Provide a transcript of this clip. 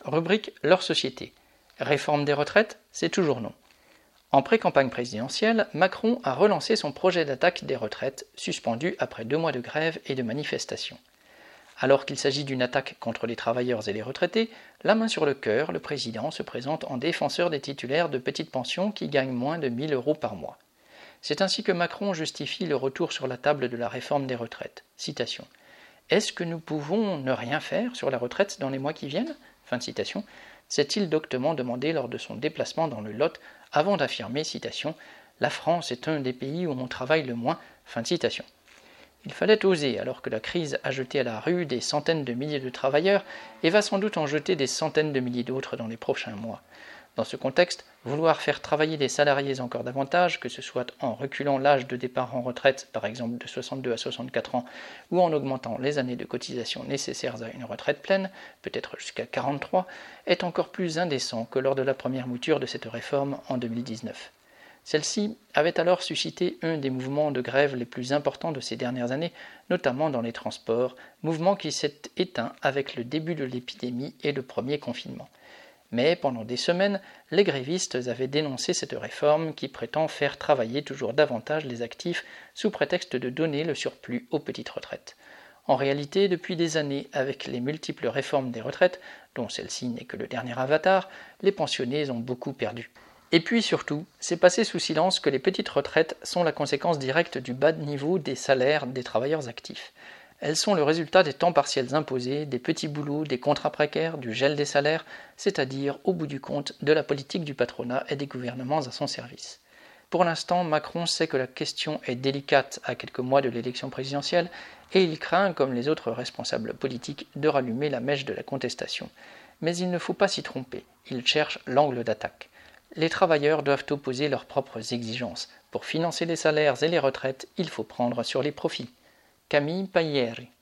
Rubrique leur société. Réforme des retraites, c'est toujours non. En pré-campagne présidentielle, Macron a relancé son projet d'attaque des retraites, suspendu après 2 mois de grève et de manifestations. Alors qu'il s'agit d'une attaque contre les travailleurs et les retraités, la main sur le cœur, le président se présente en défenseur des titulaires de petites pensions qui gagnent moins de 1 000 € par mois. C'est ainsi que Macron justifie le retour sur la table de la réforme des retraites. Citation. « Est-ce que nous pouvons ne rien faire sur la retraite dans les mois qui viennent ?» Fin de citation. S'est-il doctement demandé lors de son déplacement dans le Lot avant d'affirmer, citation, « La France est un des pays où on travaille le moins », fin de citation. Il fallait oser alors que la crise a jeté à la rue des centaines de milliers de travailleurs et va sans doute en jeter des centaines de milliers d'autres dans les prochains mois. Dans ce contexte, vouloir faire travailler des salariés encore davantage, que ce soit en reculant l'âge de départ en retraite, par exemple de 62 à 64 ans, ou en augmentant les années de cotisation nécessaires à une retraite pleine, peut-être jusqu'à 43, est encore plus indécent que lors de la première mouture de cette réforme en 2019. Celle-ci avait alors suscité un des mouvements de grève les plus importants de ces dernières années, notamment dans les transports, mouvement qui s'est éteint avec le début de l'épidémie et le premier confinement. Mais pendant des semaines, les grévistes avaient dénoncé cette réforme qui prétend faire travailler toujours davantage les actifs sous prétexte de donner le surplus aux petites retraites. En réalité, depuis des années, avec les multiples réformes des retraites, dont celle-ci n'est que le dernier avatar, les pensionnés ont beaucoup perdu. Et puis surtout, c'est passé sous silence que les petites retraites sont la conséquence directe du bas niveau des salaires des travailleurs actifs. Elles sont le résultat des temps partiels imposés, des petits boulots, des contrats précaires, du gel des salaires, c'est-à-dire, au bout du compte, de la politique du patronat et des gouvernements à son service. Pour l'instant, Macron sait que la question est délicate à quelques mois de l'élection présidentielle et il craint, comme les autres responsables politiques, de rallumer la mèche de la contestation. Mais il ne faut pas s'y tromper, il cherche l'angle d'attaque. Les travailleurs doivent opposer leurs propres exigences. Pour financer les salaires et les retraites, il faut prendre sur les profits. Camille Paglieri.